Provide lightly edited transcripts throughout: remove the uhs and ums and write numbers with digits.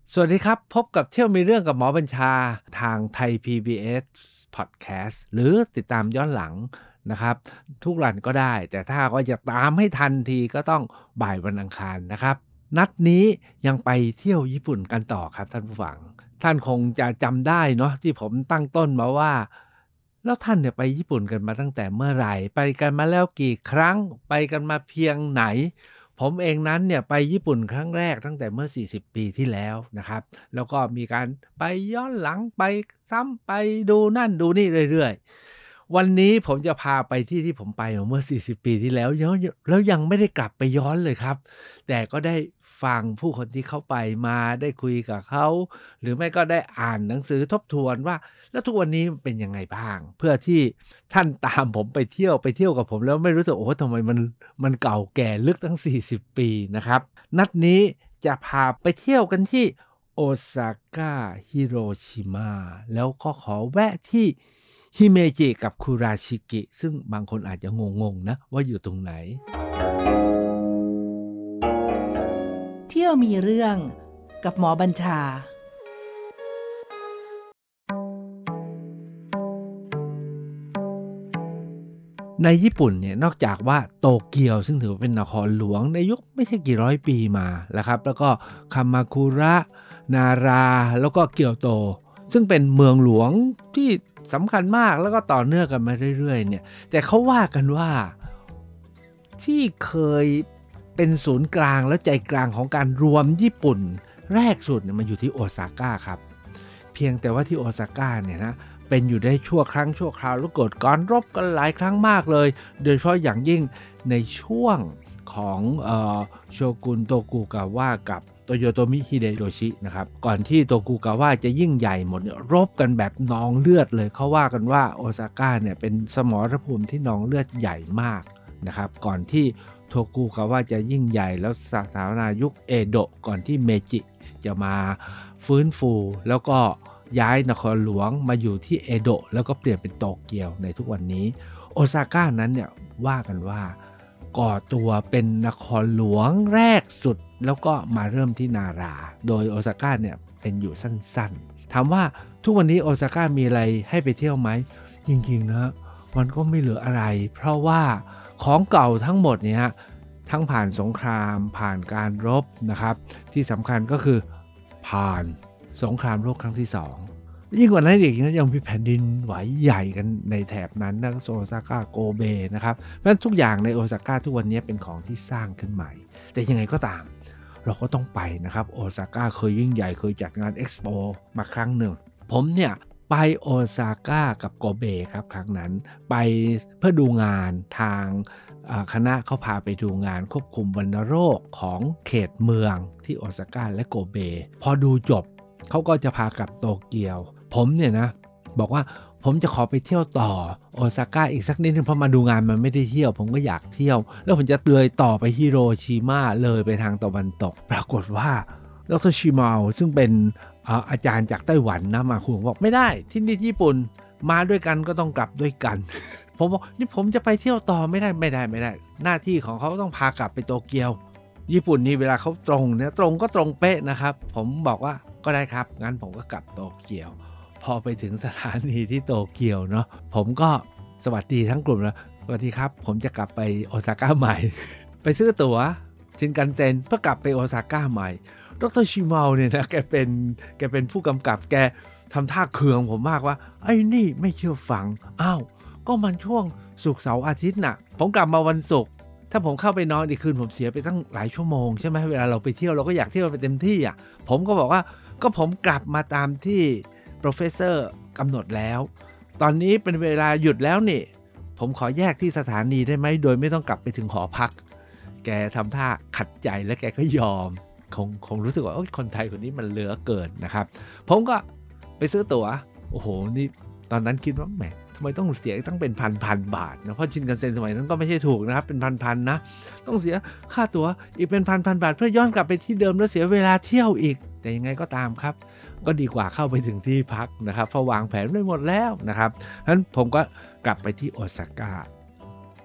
สวัสดีครับพบกับเที่ยวมีเรื่องกับหมอบัญชาทางไทย PBS Podcast หรือติดตามย้อนหลังนะครับทุกวันก็ได้แต่ถ้าก็จะตามให้ทันทีก็ต้องบ่ายวันอังคารนะครับนัดนี้ยังไปเที่ยวญี่ปุ่นกันต่อครับท่านผู้ฟังท่านคงจะจำได้เนาะที่ผมตั้งต้นมาว่าแล้วท่านเนี่ยไปญี่ปุ่นกันมาตั้งแต่เมื่อไหร่ไปกันมาแล้วกี่ครั้งไปกันมาเพียงไหนผมเองนั้นเนี่ยไปญี่ปุ่นครั้งแรกตั้งแต่เมื่อ40ปีที่แล้วนะครับแล้วก็มีการไปย้อนหลังไปซ้ำไปดูนั่นดูนี่เรื่อยๆวันนี้ผมจะพาไปที่ที่ผมไปมาเมื่อ40ปีที่แล้วแล้วยังไม่ได้กลับไปย้อนเลยครับแต่ก็ได้ฟังผู้คนที่เขาไปมาได้คุยกับเขาหรือไม่ก็ได้อ่านหนังสือทบทวนว่าแล้วทุกวันนี้มันเป็นยังไงบ้างเพื่อที่ท่านตามผมไปเที่ยวกับผมแล้วไม่รู้สึกโอ้โฮทำไมมันเก่าแก่ลึกตั้ง40ปีนะครับนัดนี้จะพาไปเที่ยวกันที่โอซาก้าฮิโรชิมาแล้วก็ขอแวะที่ฮิเมจิกับคุราชิกิซึ่งบางคนอาจจะงงๆนะว่าอยู่ตรงไหนเที่ยวมีเรื่องกับหมอบัญชาในญี่ปุ่นเนี่ยนอกจากว่าโตเกียวซึ่งถือว่าเป็นนครหลวงในยุคไม่ใช่กี่ร้อยปีมาแล้วครับแล้วก็คามาคุระนาราแล้วก็เกียวโตซึ่งเป็นเมืองหลวงที่สำคัญมากแล้วก็ต่อเนื่องกันมาเรื่อยๆเนี่ยแต่เขาว่ากันว่าที่เคยเป็นศูนย์กลางและใจกลางของการรวมญี่ปุ่นแรกสุดเนี่ยมันอยู่ที่โอซาก้าครับเพียงแต่ว่าที่โอซาก้าเนี่ยนะเป็นอยู่ได้ชั่วครั้งชั่วคราวแล้วเกิดการรบกันหลายครั้งมากเลยโดยเฉพาะอย่างยิ่งในช่วงของโชกุนโตกุกาวะกับโตโยโตมิฮิเดโยชินะครับก่อนที่โตกุกาวะจะยิ่งใหญ่หมดรบกันแบบนองเลือดเลยเขาว่ากันว่าโอซาก้าเนี่ยเป็นสมรภูมิที่นองเลือดใหญ่มากนะครับก่อนที่โทกุกาวะจะยิ่งใหญ่แล้วสถาปนายุคเอโดะก่อนที่เมจิจะมาฟื้นฟูแล้วก็ย้ายนครหลวงมาอยู่ที่เอโดะแล้วก็เปลี่ยนเป็นโตเกียวในทุกวันนี้โอซาก้านั้นเนี่ยว่ากันว่าก่อตัวเป็นนครหลวงแรกสุดแล้วก็มาเริ่มที่นาราโดยโอซาก้าเนี่ยเป็นอยู่สั้นๆถามว่าทุกวันนี้โอซาก้ามีอะไรให้ไปเที่ยวไหมจริงๆนะมันก็ไม่เหลืออะไรเพราะว่าของเก่าทั้งหมดเนี่ยทั้งผ่านสงครามผ่านการรบนะครับที่สำคัญก็คือผ่านสงครามโลกครั้งที่2ยิ่งกว่านั้นอีกนะยังมีแผ่นดินไหวใหญ่กันในแถบนั้นนะโอซาก้าโกเบนะครับเพราะฉะนั้นทุกอย่างในโอซาก้าทุกวันนี้เป็นของที่สร้างขึ้นใหม่แต่ยังไงก็ตามเราก็ต้องไปนะครับโอซาก้าเคยยิ่งใหญ่เคยจัดงานเอ็กซ์โปมาครั้งหนึ่งผมเนี่ยไปโอซาก้ากับโกเบครับครั้งนั้นไปเพื่อดูงานทางคณะเขาพาไปดูงานควบคุมวัณโรคของเขตเมืองที่โอซาก้าและโกเบพอดูจบเขาก็จะพากลับโตเกียวผมเนี่ยนะบอกว่าผมจะขอไปเที่ยวต่อโอซาก้าอีกสักนิดนึงเพราะมาดูงานมันไม่ได้เที่ยวผมก็อยากเที่ยวแล้วผมจะเลยต่อไปฮิโรชิมาเลยไปทางตะวันตกปรากฏว่าดร.ชิมาโอซึ่งเป็นอาจารย์จากไต้หวันนะมาคุยบอกไม่ได้ที่นี่ญี่ปุ่นมาด้วยกันก็ต้องกลับด้วยกัน ผมบอกนี่ผมจะไปเที่ยวต่อไม่ได้หน้าที่ของเขาต้องพากลับไปโตเกียวญี่ปุ่นนี่เวลาเขาตรงเนี่ยตรงก็ตรงเป๊ะนะครับผมบอกว่าก็ได้ครับงั้นผมก็กลับโตเกียวพอไปถึงสถานีที่โตเกียวเนาะผมก็สวัสดีทั้งกลุ่มแล้วสวัสดีครับผมจะกลับไปโอซาก้าใหม่ ไปซื้อตั๋วชินคันเซ็นเพื่อกลับไปโอซาก้าใหม่ดร.ชิมาโอเนี่ยนะแกเป็นผู้กำกับแกทำท่าเคืองผมมากว่าไอ้นี่ไม่เชื่อฟังอ้าวก็มันช่วงศุกร์เสาร์อาทิตย์น่ะผมกลับมาวันศุกร์ถ้าผมเข้าไปนอนอีกคืนผมเสียไปตั้งหลายชั่วโมงใช่ไหมเวลาเราไปเที่ยวเราก็อยากเที่ยวไปเต็มที่อ่ะผมก็บอกว่าก็ผมกลับมาตามที่โปรเฟสเซอร์กำหนดแล้วตอนนี้เป็นเวลาหยุดแล้วนี่ผมขอแยกที่สถานีได้ไหมโดยไม่ต้องกลับไปถึงหอพักแกทำท่าขัดใจและแกก็ยอมคงรู้สึกว่าคนไทยคนนี้มันเหลือเกินนะครับผมก็ไปซื้อตั๋วโอ้โหนี่ตอนนั้นคิดว่าแหมทำไมต้องเสียตั้งเป็นพันบาทนะเพราะชินคันเซ็นสมัยนั้นก็ไม่ใช่ถูกนะครับเป็นพันนะต้องเสียค่าตั๋วอีกเป็นพันบาทเพื่อย้อนกลับไปที่เดิมแล้วเสียเวลาเที่ยวอีกแต่ยังไงก็ตามครับก็ดีกว่าเข้าไปถึงที่พักนะครับเพราะวางแผนไว้หมดแล้วนะครับฉะนั้นผมก็กลับไปที่โอซาก้า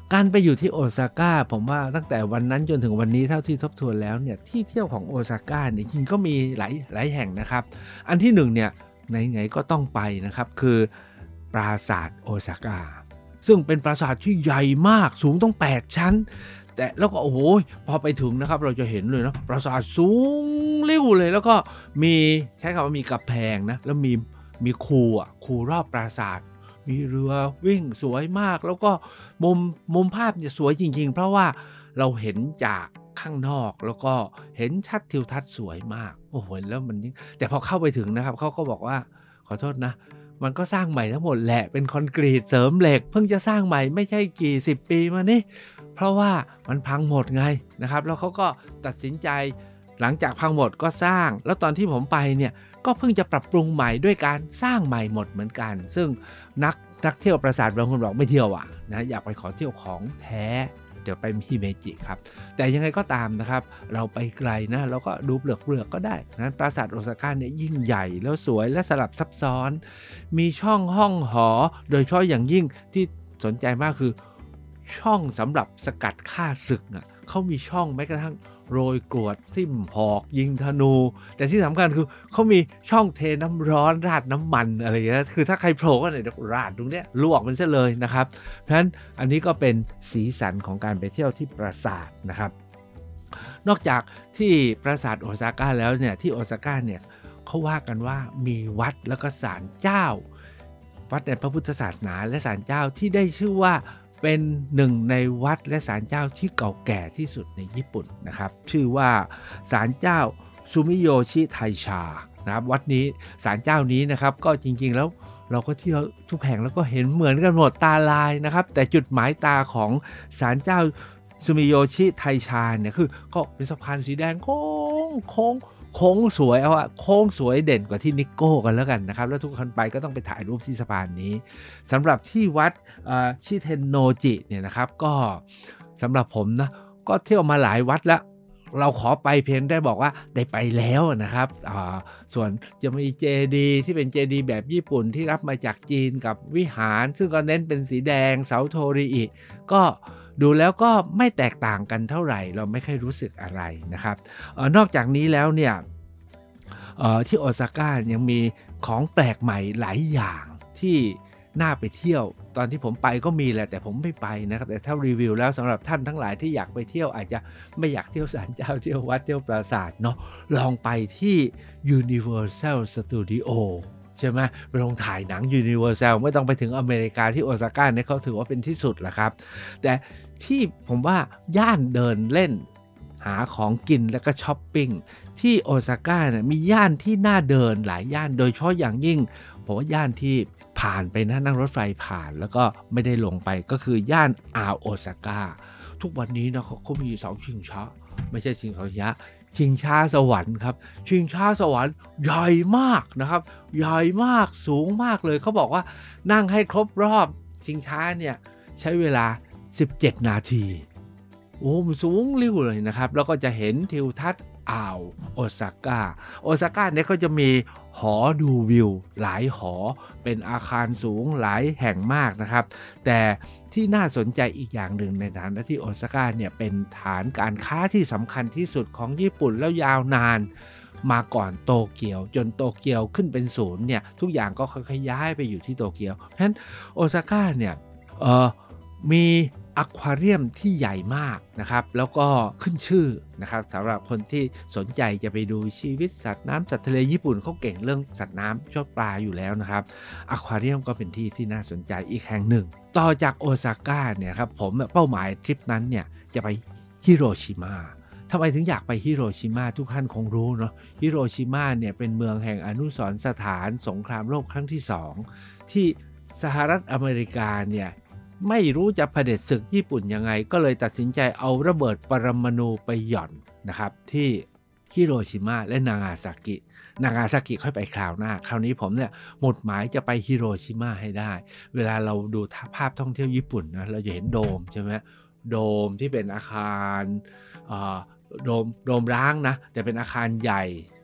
การไปอยู่ที่โอซาก้าผมว่าตั้งแต่วันนั้นจนถึงวันนี้เท่าที่ทบทวนแล้วเนี่ยที่เที่ยวของโอซาก้าเนี่ยจริงๆก็มีหลายแห่งนะครับอันที่หนึ่งเนี่ยไหนๆก็ต้องไปนะครับคือปราสาทโอซาก้าซึ่งเป็นปราสาทที่ใหญ่มากสูงต้อง8ชั้นแต่แล้วก็โอ้โหพอไปถึงนะครับเราจะเห็นเลยนะปราสาทสูงลิ่วเลยแล้วก็มีใช้คำว่ามีกำแพงนะแล้วมีคูรอบปราสาทมีเรือวิ่งสวยมากแล้วก็มุมภาพเนี่ยสวยจริงๆเพราะว่าเราเห็นจากข้างนอกแล้วก็เห็นชัดทิวทัศน์สวยมากโอ้โหแล้วมันแต่พอเข้าไปถึงนะครับเขาก็บอกว่าขอโทษนะมันก็สร้างใหม่ทั้งหมดแหละเป็นคอนกรีตเสริมเหล็กเพิ่งจะสร้างใหม่ไม่ใช่กี่10 ปีมานี่เพราะว่ามันพังหมดไงนะครับแล้วเขาก็ตัดสินใจหลังจากพังหมดก็สร้างแล้วตอนที่ผมไปเนี่ยก็เพิ่งจะปรับปรุงใหม่ด้วยการสร้างใหม่หมดเหมือนกันซึ่งนักเที่ยวปราสาทบางคนบอกไม่เที่ยวอ่ะนะอยากไปขอเที่ยวของแท้เดี๋ยวไปฮิเมจิครับแต่ยังไงก็ตามนะครับเราไปไกลนะเราก็ดูเปลือกก็ได้นั้นปราสาทโอซาก้าเนี่ยยิ่งใหญ่แล้วสวยและสลับซับซ้อนมีช่องห้องหอโดยเฉพาะอย่างยิ่งที่สนใจมากคือช่องสำหรับสกัดฆ่าศึกอ่ะเขามีช่องแม้กระทั่งโรยกรวดทิ่มหอกยิงธนูแต่ที่สำคัญคือเขามีช่องเทน้ำร้อนราดน้ำมันอะไรอย่างเงี้ยคือถ้าใครโผล่ก็เนี่ยราดตรงเนี้ยลวกมันซะเลยนะครับเพราะฉะนั้นอันนี้ก็เป็นสีสันของการไปเที่ยวที่ปราสาทนะครับนอกจากที่ปราสาทโอซาก้าแล้วเนี่ยที่โอซาก้าเนี่ยเขาว่ากันว่ามีวัดแล้วก็ศาลเจ้าวัดในพระพุทธศาสนาและศาลเจ้าที่ได้ชื่อว่าเป็นหนึ่งในวัดและศาลเจ้าที่เก่าแก่ที่สุดในญี่ปุ่นนะครับชื่อว่าศาลเจ้าซูมิโยชิไทชานะครับวัดนี้ศาลเจ้านี้นะครับก็จริงๆแล้วเราก็เที่ยวทุกแห่งแล้วก็เห็นเหมือนกันหมดตาลายนะครับแต่จุดหมายตาของศาลเจ้าซูมิโยชิไทชาเนี่ยคือก็เป็นสะพานสีแดงโค้งสวยเอาอะโค้งสวยเด่นกว่าที่นิโก้กันแล้วกันนะครับแล้วทุกคนไปก็ต้องไปถ่ายรูปที่สะพานนี้สำหรับที่วัดชิเทนโนจิเนี่ยนะครับก็สำหรับผมนะก็เที่ยวมาหลายวัดแล้วเราขอไปเพียงได้บอกว่าได้ไปแล้วนะครับส่วนจะมีเจดีที่เป็นเจดีแบบญี่ปุ่นที่รับมาจากจีนกับวิหารซึ่งก็เน้นเป็นสีแดงเสาโทริอิก็ดูแล้วก็ไม่แตกต่างกันเท่าไหร่เราไม่ค่อยรู้สึกอะไรนะครับนอกจากนี้แล้วเนี่ยที่โอซาก้ายังมีของแปลกใหม่หลายอย่างที่น่าไปเที่ยวตอนที่ผมไปก็มีแหละแต่ผมไม่ไปนะครับแต่ถ้ารีวิวแล้วสำหรับท่านทั้งหลายที่อยากไปเที่ยวอาจจะไม่อยากเที่ยวศาลเจ้าเที่ยววัดเที่ยวปราสาทเนาะลองไปที่ Universal Studio ใช่ไหมไปลองถ่ายหนัง Universal ไม่ต้องไปถึงอเมริกาที่โอซาก้าเนี่ยเขาถือว่าเป็นที่สุดแหละครับแต่ที่ผมว่าย่านเดินเล่นหาของกินแล้วก็ช้อปปิ้งที่โอซาก้าเนี่ยมีย่านที่น่าเดินหลายย่านโดยเฉพาะอย่างยิ่งผมว่าย่านที่ผ่านไปนั่งรถไฟผ่านแล้วก็ไม่ได้ลงไปก็คือย่านโอซาก้าทุกวันนี้นะเขามีเสาชิงช้าไม่ใช่ชิงช้าสวรรค์ครับชิงช้าสวรรค์ใหญ่มากนะครับใหญ่มากสูงมากเลยเขาบอกว่านั่งให้ครบรอบชิงช้าเนี่ยใช้เวลา17 นาทีโอ้มันสูงลิ่วเลยนะครับแล้วก็จะเห็นทิวทัศน์โอซาก้าเนี่ยก็จะมีหอดูวิวหลายหอเป็นอาคารสูงหลายแห่งมากนะครับแต่ที่น่าสนใจอีกอย่างหนึ่งในฐานะที่โอซาก้าเนี่ยเป็นฐานการค้าที่สำคัญที่สุดของญี่ปุ่นแล้วยาวนานมาก่อนโตเกียวจนโตเกียวขึ้นเป็นศูนย์เนี่ยทุกอย่างก็ค่อยๆย้ายไปอยู่ที่โตเกียวเพราะฉะนั้นโอซาก้าเนี่ยมีอควาเรียมที่ใหญ่มากนะครับแล้วก็ขึ้นชื่อนะครับสำหรับคนที่สนใจจะไปดูชีวิตสัตว์น้ำสัตว์ทะเลญี่ปุ่นเขาเก่งเรื่องสัตว์น้ำชอบปลาอยู่แล้วนะครับอควาเรียมก็เป็นที่น่าสนใจอีกแห่งหนึ่งต่อจากโอซาก้าเนี่ยครับผมเป้าหมายทริปนั้นเนี่ยจะไปฮิโรชิมาทำไมถึงอยากไปฮิโรชิมาทุกท่านคงรู้เนาะฮิโรชิมาเนี่ยเป็นเมืองแห่งอนุสรณ์สถานสงครามโลกครั้งที่2ที่สหรัฐอเมริกาเนี่ยไม่รู้จะเผด็จศึกญี่ปุ่นยังไงก็เลยตัดสินใจเอาระเบิดปรมาณูไปหย่อนนะครับที่ฮิโรชิมาและนางาซากิค่อยไปคราวหน้าคราวนี้ผมเนี่ยหมดหมายจะไปฮิโรชิมาให้ได้เวลาเราดูภาพท่องเที่ยวญี่ปุ่นนะเราจะเห็นโดมใช่ไหมโดมที่เป็นอาคารโดมร้างนะแต่เป็นอาคารใหญ่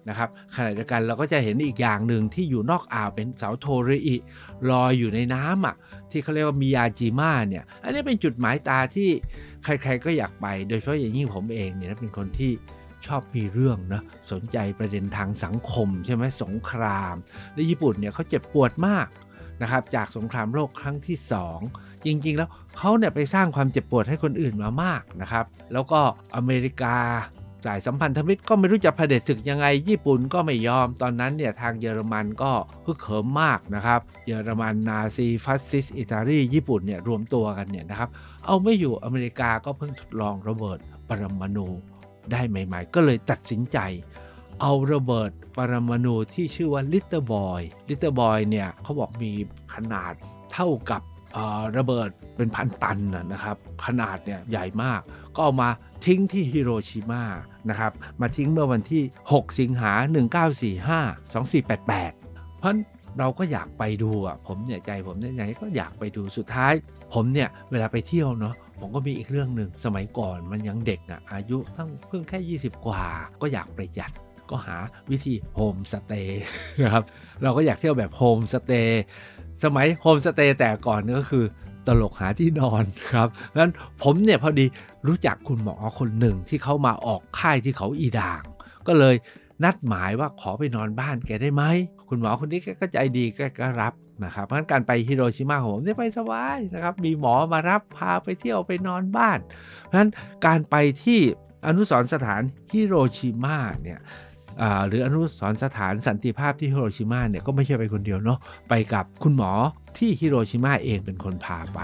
นะครับขณะเดียวกันเราก็จะเห็นอีกอย่างหนึ่งที่อยู่นอกอ่าวเป็นเสาโทริอิลอยอยู่ในน้ำอ่ะที่เขาเรียกว่ามิยาจิมะเนี่ยอันนี้เป็นจุดหมายตาที่ใครๆก็อยากไปโดยเฉพาะอย่างยิ่งผมเองเนี่ยเป็นคนที่ชอบมีเรื่องนะสนใจประเด็นทางสังคมใช่ไหมสงครามและญี่ปุ่นเนี่ยเขาเจ็บปวดมากนะครับจากสงครามโลกครั้งที่2จริงๆแล้วเขาเนี่ยไปสร้างความเจ็บปวดให้คนอื่นมามากนะครับแล้วก็อเมริกาสายสัมพันธมิตรก็ไม่รู้จะเผด็จศึกยังไงญี่ปุ่นก็ไม่ยอมตอนนั้นเนี่ยทางเยอรมันก็ฮึกเหิมมากนะครับเยอรมันนาซีฟัสซิสต์อิตาลีญี่ปุ่นเนี่ยรวมตัวกันเนี่ยนะครับเอาไม่อยู่อเมริกาก็เพิ่งทดลองระเบิดปรมาณูได้ใหม่ๆก็เลยตัดสินใจเอาระเบิดปรมาณูที่ชื่อว่าลิตเติ้ลบอยเนี่ยเขาบอกมีขนาดเท่ากับระเบิดเป็นพันตันนะครับขนาดเนี่ยใหญ่มากก็เอามาทิ้งที่ฮิโรชิมานะครับมาทิ้งเมื่อวันที่6สิงหา1945 2488เพราะเราก็อยากไปดูผมเนี่ยใจผมเนี่ยยังไงก็อยากไปดูสุดท้ายผมเนี่ยเวลาไปเที่ยวเนาะผมก็มีอีกเรื่องหนึ่งสมัยก่อนมันยังเด็กอายุเพิ่งแค่20กว่าก็อยากประหยัดก็หาวิธีโฮมสเตย์นะครับเราก็อยากเที่ยวแบบโฮมสเตย์สมัยโฮมสเตย์แต่ก่อนก็คือตลกหาที่นอนครับเพราะฉะนั้นผมเนี่ยพอดีรู้จักคุณหมอคนหนึ่งที่เขามาออกค่ายที่เขาอีด่างก็เลยนัดหมายว่าขอไปนอนบ้านแกได้ไหมคุณหมอคนนี้ก็ใจดีก็รับนะครับเพราะฉะนั้นการไปฮิโรชิมาของผมเนี่ยไปสบายนะครับมีหมอมารับพาไปเที่ยวไปนอนบ้านเพราะฉะนั้นการไปที่อนุสรณ์สถานฮิโรชิมาเนี่ยหรืออนุสรณ์สถานสันติภาพที่ฮิโรชิมาเนี่ยก็ไม่ใช่ไปคนเดียวเนาะไปกับคุณหมอที่ฮิโรชิมาเองเป็นคนพาไป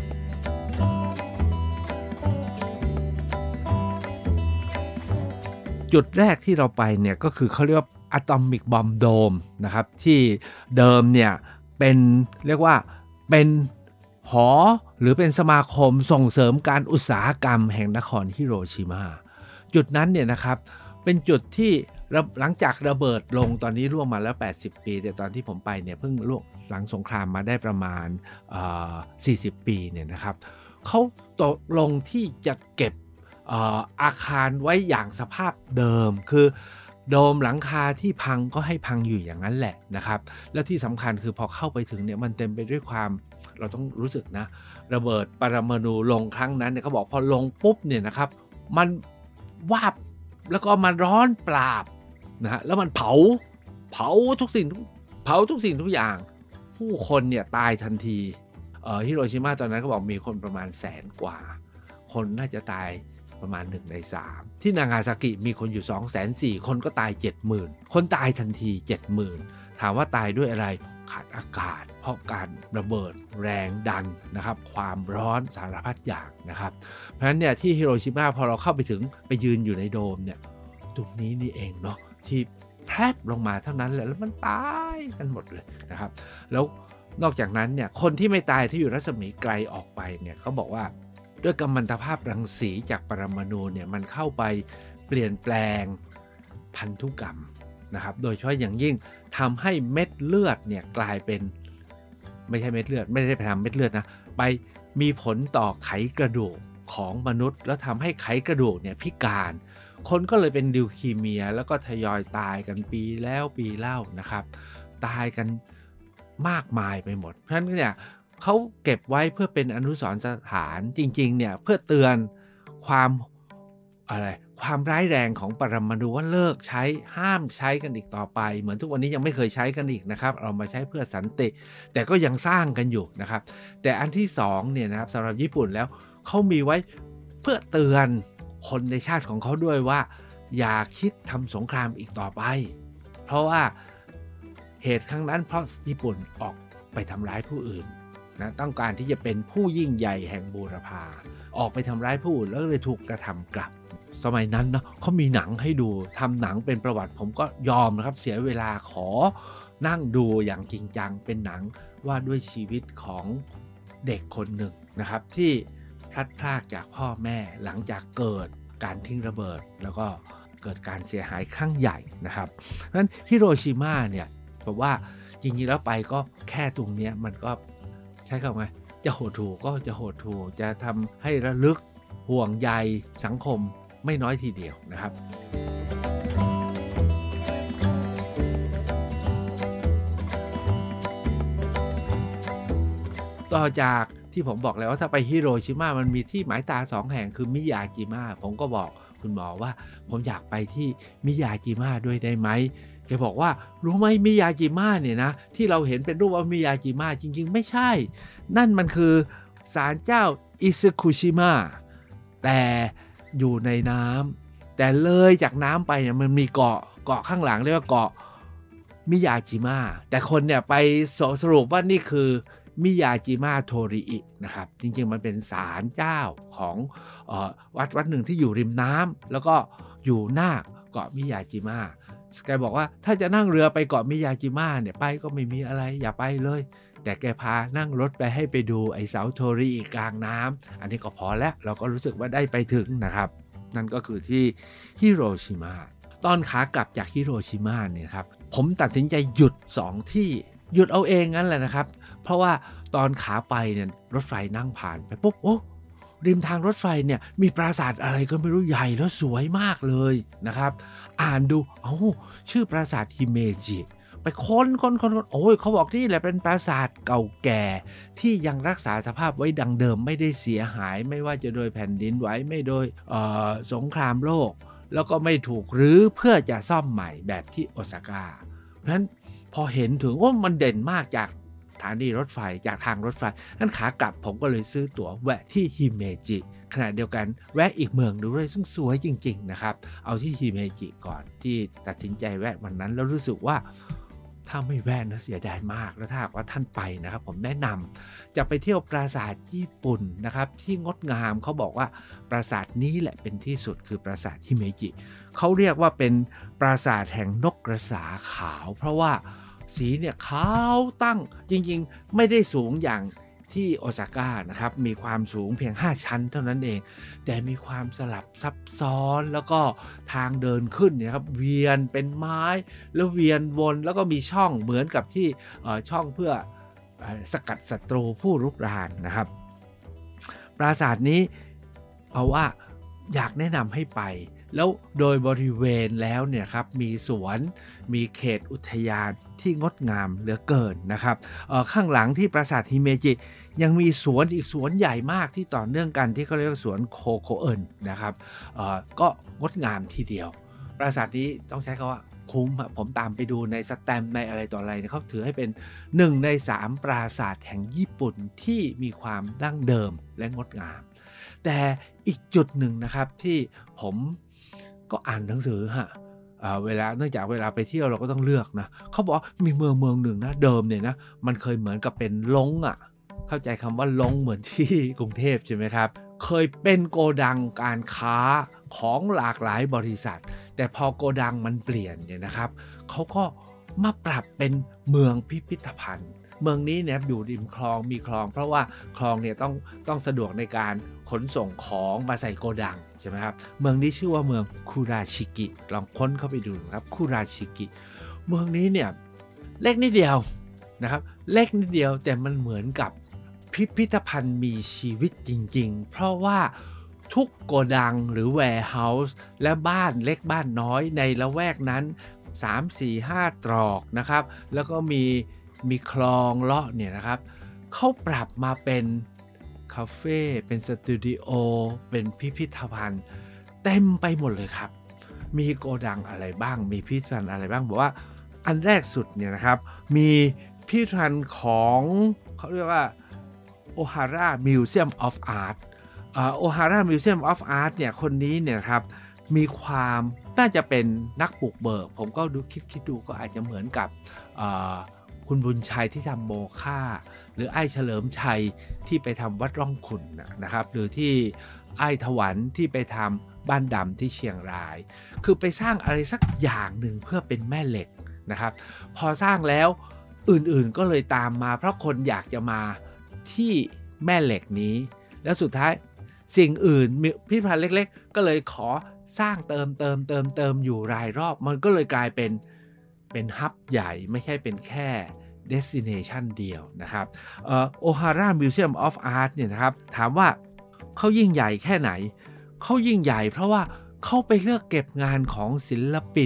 จุดแรกที่เราไปเนี่ยก็คือเขาเรียกว่าอะตอมิกบอมโดมนะครับที่เดิมเนี่ยเป็นเรียกว่าเป็นหอหรือเป็นสมาคมส่งเสริมการอุตสาหกรรมแห่งนครฮิโรชิมาจุดนั้นเนี่ยนะครับเป็นจุดที่หลังจากระเบิดลงตอนนี้ร่วงมาแล้ว80ปีแต่ตอนที่ผมไปเนี่ยเพิ่งร่วงหลังสงครามมาได้ประมาณ40ปีเนี่ยนะครับเขาตกลงที่จะเก็บอาคารไว้อย่างสภาพเดิมคือโดมหลังคาที่พังก็ให้พังอยู่อย่างนั้นแหละนะครับแล้วที่สำคัญคือพอเข้าไปถึงเนี่ยมันเต็มไปด้วยความเราต้องรู้สึกนะระเบิดปรมาณูลงครั้งนั้นเนี่ยเขาบอกพอลงปุ๊บเนี่ยนะครับมันวาบแล้วก็มันร้อนปราบนะฮะแล้วมันเผาทุกสิ่งทุกอย่างผู้คนเนี่ยตายทันทีฮิโรชิมาตอนนั้นก็บอกมีคนประมาณ100,000 กว่าคนน่าจะตายประมาณ1 ใน 3ที่นางาซากิมีคนอยู่ 240,000 คนก็ตาย 70,000 คนตายทันที 70,000 ถามว่าตายด้วยอะไรขาดอากาศเพราะการระเบิดแรงดันนะครับความร้อนสารพัดอย่างนะครับเพราะฉะนั้นเนี่ยที่ฮิโรชิมาพอเราเข้าไปถึงไปยืนอยู่ในโดมเนี่ยตรงนี้นี่เองเนาะที่แพรบลงมาเท่านั้นแหละแล้วมันตายกันหมดเลยนะครับแล้วนอกจากนั้นเนี่ยคนที่ไม่ตายที่อยู่รัศมีไกลออกไปเนี่ยเขาบอกว่าด้วยกัมมันตภาพรังสีจากปรมาณูเนี่ยมันเข้าไปเปลี่ยนแปลงพันธุกรรมนะครับโดยเฉพาะอย่างยิ่งทำให้เม็ดเลือดเนี่ยกลายเป็นไม่ใช่เม็ดเลือดไม่ได้ไปทำเม็ดเลือดนะไปมีผลต่อไขกระดูกของมนุษย์แล้วทำให้ไขกระดูกเนี่ยพิการคนก็เลยเป็นลิวคีเมียแล้วก็ทยอยตายกันปีแล้วปีเล่านะครับตายกันมากมายไปหมดเพราะฉะนั้นเนี่ยเขาเก็บไว้เพื่อเป็นอนุสรณ์สถานจริงๆเนี่ยเพื่อเตือนความร้ายแรงของปรมาณูว่าเลิกใช้ห้ามใช้กันอีกต่อไปเหมือนทุกวันนี้ยังไม่เคยใช้กันอีกนะครับเรามาใช้เพื่อสันติแต่ก็ยังสร้างกันอยู่นะครับแต่อันที่2เนี่ยนะครับสำหรับญี่ปุ่นแล้วเขามีไว้เพื่อเตือนคนในชาติของเขาด้วยว่าอย่าคิดทำสงครามอีกต่อไปเพราะว่าเหตุครั้งนั้นเพราะญี่ปุ่นออกไปทำร้ายผู้อื่นนะต้องการที่จะเป็นผู้ยิ่งใหญ่แห่งบูรพาออกไปทำร้ายผู้อื่นแล้วเลยถูกกระทำกลับสมัยนั้นเนาะเขามีหนังให้ดูทำหนังเป็นประวัติผมก็ยอมนะครับเสียเวลาขอนั่งดูอย่างจริงจังเป็นหนังว่าด้วยชีวิตของเด็กคนหนึ่งนะครับที่พลัดพรากจากพ่อแม่หลังจากเกิดการทิ้งระเบิดแล้วก็เกิดการเสียหายครั้งใหญ่นะครับเพราะฉะนั้นฮิโรชิมาเนี่ยผมว่าจริงๆแล้วไปก็แค่ตรงนี้มันก็ใช้คำว่าจะโหดหู่ก็จะโหดหู่จะทำให้ระลึกห่วงใยสังคมไม่น้อยทีเดียวนะครับต่อจากที่ผมบอกแล้วว่าถ้าไปฮิโรชิมามันมีที่หมายตา2แห่งคือมิยาจิมะผมก็บอกคุณหมอว่าผมอยากไปที่มิยาจิมะด้วยได้ไหมแกบอกว่ารู้ไหมมิยาจิมะเนี่ยนะที่เราเห็นเป็นรูปว่ามิยาจิมะจริงๆไม่ใช่นั่นมันคือศาลเจ้าอิซึคุชิมะแต่อยู่ในน้ำแต่เลยจากน้ำไปเนี่ยมันมีเกาะข้างหลังเรียกว่าเกาะมิยาจิมะแต่คนเนี่ยไปสรุปว่านี่คือมิยาจิมะโทริอินะครับจริงๆมันเป็นศาลเจ้าของวัดหนึ่งที่อยู่ริมน้ำแล้วก็อยู่หน้าเกาะมิยาจิมะแกบอกว่าถ้าจะนั่งเรือไปเกาะมิยาจิมะเนี่ยไปก็ไม่มีอะไรอย่าไปเลยแต่แกพานั่งรถไปให้ไปดูไอ้เสาโทริอิกลางน้ำอันนี้ก็พอแล้วเราก็รู้สึกว่าได้ไปถึงนะครับนั่นก็คือที่ฮิโรชิมาตอนขากลับจากฮิโรชิมาเนี่ยครับผมตัดสินใจหยุด2ที่หยุดเอาเองงั้นแหละนะครับเพราะว่าตอนขาไปเนี่ยรถไฟนั่งผ่านไปปุ๊บโอ้ริมทางรถไฟเนี่ยมีปราสาทอะไรก็ไม่รู้ใหญ่แล้วสวยมากเลยนะครับอ่านดูชื่อปราสาทฮิเมจิไปค้นโอ้ยเขาบอกนี่แหละเป็นปราสาทเก่าแก่ที่ยังรักษาสภาพไว้ดังเดิมไม่ได้เสียหายไม่ว่าจะโดยแผ่นดินไหวไม่โดยสงครามโลกแล้วก็ไม่ถูกรื้อเพื่อจะซ่อมใหม่แบบที่โอซาก้าเพราะฉะนั้นพอเห็นถึงว่ามันเด่นมากจากสถานีรถไฟจากทางรถไฟงั้นขากลับผมก็เลยซื้อตั๋วแวะที่ฮิเมจิขณะเดียวกันแวะอีกเมืองดูด้วยซึ่งสวยจริงๆนะครับเอาที่ฮิเมจิก่อนที่ตัดสินใจแวะวันนั้นแล้วรู้สึกว่าถ้าไม่แวะนะเสียดายมากแล้วถ้าหากว่าท่านไปนะครับผมแนะนำจะไปเที่ยวปราสาทญี่ปุ่นนะครับที่งดงามเขาบอกว่าปราสาทนี้แหละเป็นที่สุดคือปราสาทฮิเมจิเขาเรียกว่าเป็นปราสาทแห่งนกกระสาขาวเพราะว่าสีเนี่ยขาวตั้งจริงๆไม่ได้สูงอย่างที่โอซาก้านะครับมีความสูงเพียง5ชั้นเท่านั้นเองแต่มีความสลับซับซ้อนแล้วก็ทางเดินขึ้นเนี่ยครับเวียนเป็นไม้แล้วเวียนวนแล้วก็มีช่องเหมือนกับที่ช่องเพื่อสกัดศัตรูผู้รุกรานนะครับปราสาทนี้เอาว่าอยากแนะนำให้ไปแล้วโดยบริเวณแล้วเนี่ยครับมีสวนมีเขตอุทยานที่งดงามเหลือเกินนะครับข้างหลังที่ปราสาทฮิเมจิยังมีสวนอีกสวนใหญ่มากที่ต่อเนื่องกันที่เขาเรียกว่าสวนโคโคเอินนะครับก็งดงามทีเดียวปราสาทนี้ต้องใช้คำว่าคุ้มผมตามไปดูในสแตมป์ในอะไรต่ออะไรเขาถือให้เป็น1ใน3ปราสาทแห่งญี่ปุ่นที่มีความดั้งเดิมและงดงามแต่อีกจุดหนึ่งนะครับที่ผมก็อ่านหนังสือเนื่องจากเวลาไปเที่ยวเราก็ต้องเลือกนะเขาบอกมีเมืองหนึ่งนะเดิมเนี่ยนะมันเคยเหมือนกับเป็นลงเข้าใจคำว่าลงเหมือนที่กรุงเทพใช่ไหมครับเคยเป็นโกดังการค้าของหลากหลายบริษัทแต่พอโกดังมันเปลี่ยนเนี่ยนะครับเขาก็มาปรับเป็นเมืองพิพิธภัณฑ์เมืองนี้เนี่ยอยู่ริมคลองมีคลองเพราะว่าคลองเนี่ยต้องสะดวกในการขนส่งของมาใส่โกดังใช่ไหมครับเมืองนี้ชื่อว่าเมืองคุราชิกิลองค้นเข้าไปดูครับคุราชิกิเมืองนี้เนี่ยเล็กนิดเดียวนะครับเล็กนิดเดียวแต่มันเหมือนกับพิพิธภัณฑ์มีชีวิตจริงๆเพราะว่าทุกโกดังหรือแวร์เฮาส์และบ้านเล็กบ้านน้อยในละแวกนั้น3 4 5 ตรอกนะครับแล้วก็มีคลองเลาะเนี่ยนะครับเขาปรับมาเป็นคาเฟ่เป็นสตูดิโอเป็นพิพิธภัณฑ์เต็มไปหมดเลยครับมีโกดังอะไรบ้างมีพิพิธภัณฑ์อะไรบ้างบอกว่าอันแรกสุดเนี่ยนะครับมีพิพิธภัณฑ์ของเขาเรียกว่า Ohara Museum of Art Ohara Museum of Art เนี่ยคนนี้เนี่ยครับมีความน่าจะเป็นนักบุกเบิกผมก็ดูคิดดูก็อาจจะเหมือนกับคุณบุญชัยที่ทำโมค่าหรือไอ้เฉลิมชัยที่ไปทำวัดร่องขุ่นนะครับหรือที่ไอ้ถวันที่ไปทำบ้านดำที่เชียงรายคือไปสร้างอะไรสักอย่างหนึ่งเพื่อเป็นแม่เหล็กนะครับพอสร้างแล้วอื่นๆก็เลยตามมาเพราะคนอยากจะมาที่แม่เหล็กนี้แล้วสุดท้ายสิ่งอื่นพิพิธภัณฑ์เล็กๆก็เลยขอสร้างเติมอยู่รายรอบมันก็เลยกลายเป็นฮับใหญ่ไม่ใช่เป็นแค่ destination เดียวนะครับOhara Museum of Art เนี่ยนะครับถามว่าเขายิ่งใหญ่แค่ไหนเขายิ่งใหญ่เพราะว่าเขาไปเลือกเก็บงานของศิลปิน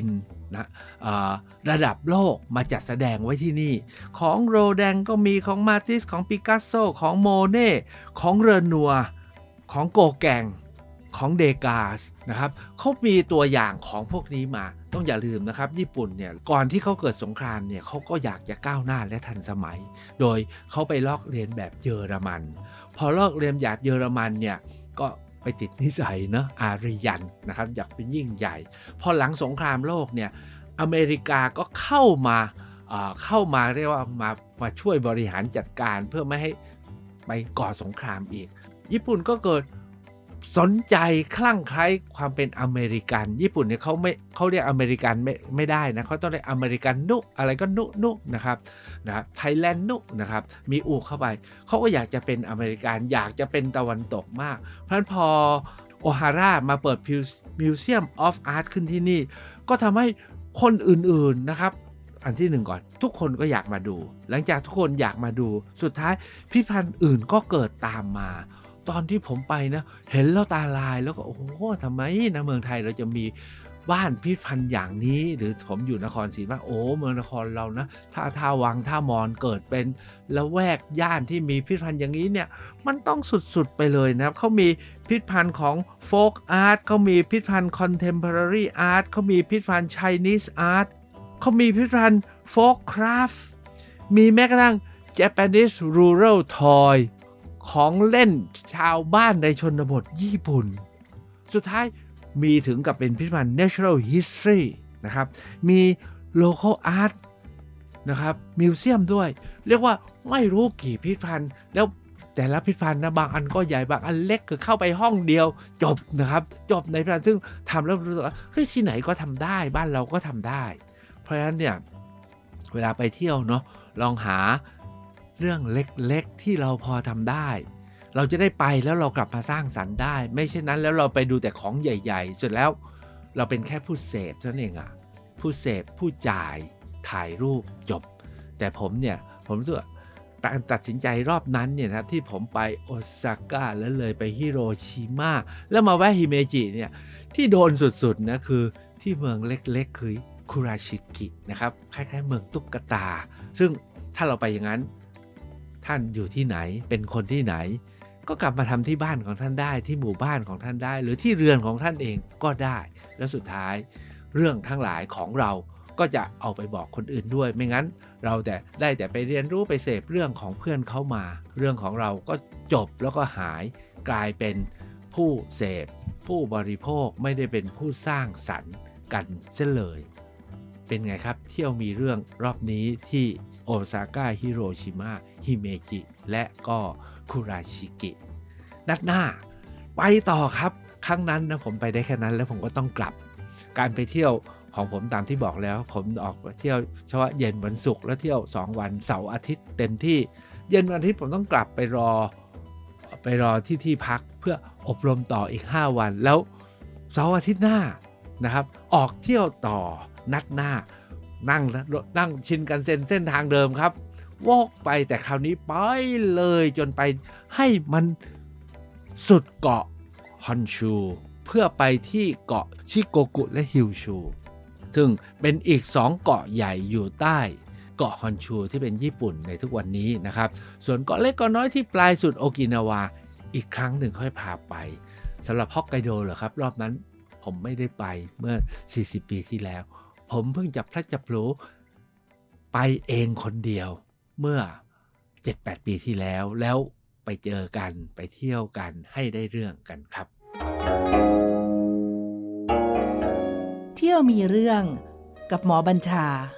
นะระดับโลกมาจัดแสดงไว้ที่นี่ของโรแดงก็มีของมาติสของปิกัสโซของโมเน่ของเรนัวของโกแกงของเดกาสนะครับเขามีตัวอย่างของพวกนี้มาต้องอย่าลืมนะครับญี่ปุ่นเนี่ยก่อนที่เขาเกิดสงครามเนี่ยเขาก็อยากจะก้าวหน้าและทันสมัยโดยเขาไปลอกเรียนแบบเยอรมันพอลอกเรียนแบบเยอรมันเนี่ยก็ไปติดนิสัยเนาะอารยันนะครับอยากเป็นยิ่งใหญ่พอหลังสงครามโลกเนี่ยอเมริกาก็เข้ามาเรียกว่ามาช่วยบริหารจัดการเพื่อไม่ให้ไปก่อสงครามอีกญี่ปุ่นก็เกิดสนใจคลั่งไคล้ความเป็นอเมริกันญี่ปุ่นเนี่ยเขาเรียกอเมริกันไม่ได้นะเขาต้องเรียกอเมริกันนุอะไรก็นุนะครับไทยแลนด์นุนะครับมีอูเข้าไปเขาก็อยากจะเป็นอเมริกันอยากจะเป็นตะวันตกมากเพราะฉะนั้นพอโอฮาร่ามาเปิดมิวเซียมออฟอาร์ตขึ้นที่นี่ก็ทำให้คนอื่นๆนะครับอันที่หนึ่งก่อนทุกคนก็อยากมาดูหลังจากทุกคนอยากมาดูสุดท้ายพิพิธภัณฑ์อื่นก็เกิดตามมาตอนที่ผมไปนะเห็นแล้วตาลายแล้วก็โอ้โหทำไมนะเมืองไทยเราจะมีบ้านพิพิธภัณฑ์อย่างนี้หรือผมอยู่นครศรีธรรมราชโอ้เมืองนครเรานะท่าวังท่ามอนเกิดเป็นละแวกย่านที่มีพิพิธภัณฑ์อย่างนี้เนี่ยมันต้องสุดๆไปเลยนะครับเขามีพิพิธภัณฑ์ของโฟล์กอาร์ตเขามีพิพิธภัณฑ์คอนเทมพอรารีอาร์ตเขามีพิพิธภัณฑ์ไชนีสอาร์ตเขามีพิพิธภัณฑ์โฟล์กคราฟต์มีแม้กระทั่ง Japanese Rural Toyของเล่นชาวบ้านในชนบทญี่ปุ่นสุดท้ายมีถึงกับเป็นพิพิธภัณฑ์ Natural History นะครับมี Local Art นะครับมิวเซียมด้วยเรียกว่าไม่รู้กี่พิพิธภัณฑ์แล้วแต่ละพิพิธภัณฑ์นะบางอันก็ใหญ่บางอันเล็กคือเข้าไปห้องเดียวจบนะครับจบในพิพิธภัณฑ์ซึ่งทำแล้วรู้สึกว่าเฮ้ยที่ไหนก็ทำได้บ้านเราก็ทำได้เพราะฉะนั้นเนี่ยเวลาไปเที่ยวเนาะลองหาเรื่องเล็กๆที่เราพอทำได้เราจะได้ไปแล้วเรากลับมาสร้างสรรค์ได้ไม่เช่นนั้นแล้วเราไปดูแต่ของใหญ่ๆสุดแล้วเราเป็นแค่ผู้เสพนั่นเองอะผู้เสพผู้จ่ายถ่ายรูปจบแต่ผมรู้สึกการตัดสินใจรอบนั้นเนี่ยนะที่ผมไปโอซาก้าแล้วเลยไปฮิโรชิมาแล้วมาแวะฮิเมจิเนี่ยที่โดนสุดๆนะคือที่เมืองเล็กๆคือคุราชิกินะครับคล้ายๆเมืองตุ๊กตาซึ่งถ้าเราไปอย่างนั้นท่านอยู่ที่ไหนเป็นคนที่ไหนก็กลับมาทำที่บ้านของท่านได้ที่หมู่บ้านของท่านได้หรือที่เรือนของท่านเองก็ได้แล้วสุดท้ายเรื่องทั้งหลายของเราก็จะเอาไปบอกคนอื่นด้วยไม่งั้นเราได้แต่ไปเรียนรู้ไปเสพเรื่องของเพื่อนเขามาเรื่องของเราก็จบแล้วก็หายกลายเป็นผู้เสพผู้บริโภคไม่ได้เป็นผู้สร้างสรรค์กันเสียเลยเป็นไงครับเที่ยวมีเรื่องรอบนี้ที่โอซาก้าฮิโรชิมาฮิเมจิและก็คุราชิกินัดหน้าไปต่อครับครั้งนั้นนะผมไปได้แค่นั้นแล้วผมก็ต้องกลับการไปเที่ยวของผมตามที่บอกแล้วผมออกเที่ยวเฉพาะเย็นวันศุกร์แล้วเที่ยว2วันเสาร์อาทิตย์เต็มที่เย็นวันอาทิตย์ผมต้องกลับไปรอที่พักเพื่ออบรมต่ออีก5วันแล้วเสาร์อาทิตย์หน้านะครับออกเที่ยวต่อนัดหน้านั่งชินกันเส้นทางเดิมครับวอกไปแต่คราวนี้ไปเลยจนไปให้มันสุดเกาะฮอนชูเพื่อไปที่เกาะชิโกกุและฮิวชูซึ่งเป็นอีก2เกาะใหญ่อยู่ใต้เกาะฮอนชูที่เป็นญี่ปุ่นในทุกวันนี้นะครับส่วนเกาะเล็กเกาะน้อยที่ปลายสุดโอกินาวาอีกครั้งหนึ่งค่อยพาไปสำหรับฮอกไกโดเหรอครับรอบนั้นผมไม่ได้ไปเมื่อ40ปีที่แล้วผมเพิ่งจับพลัดจับผลูไปเองคนเดียวเมื่อ 7-8 ปีที่แล้วไปเจอกันไปเที่ยวกันให้ได้เรื่องกันครับเที่ยวมีเรื่องกับหมอบัญชา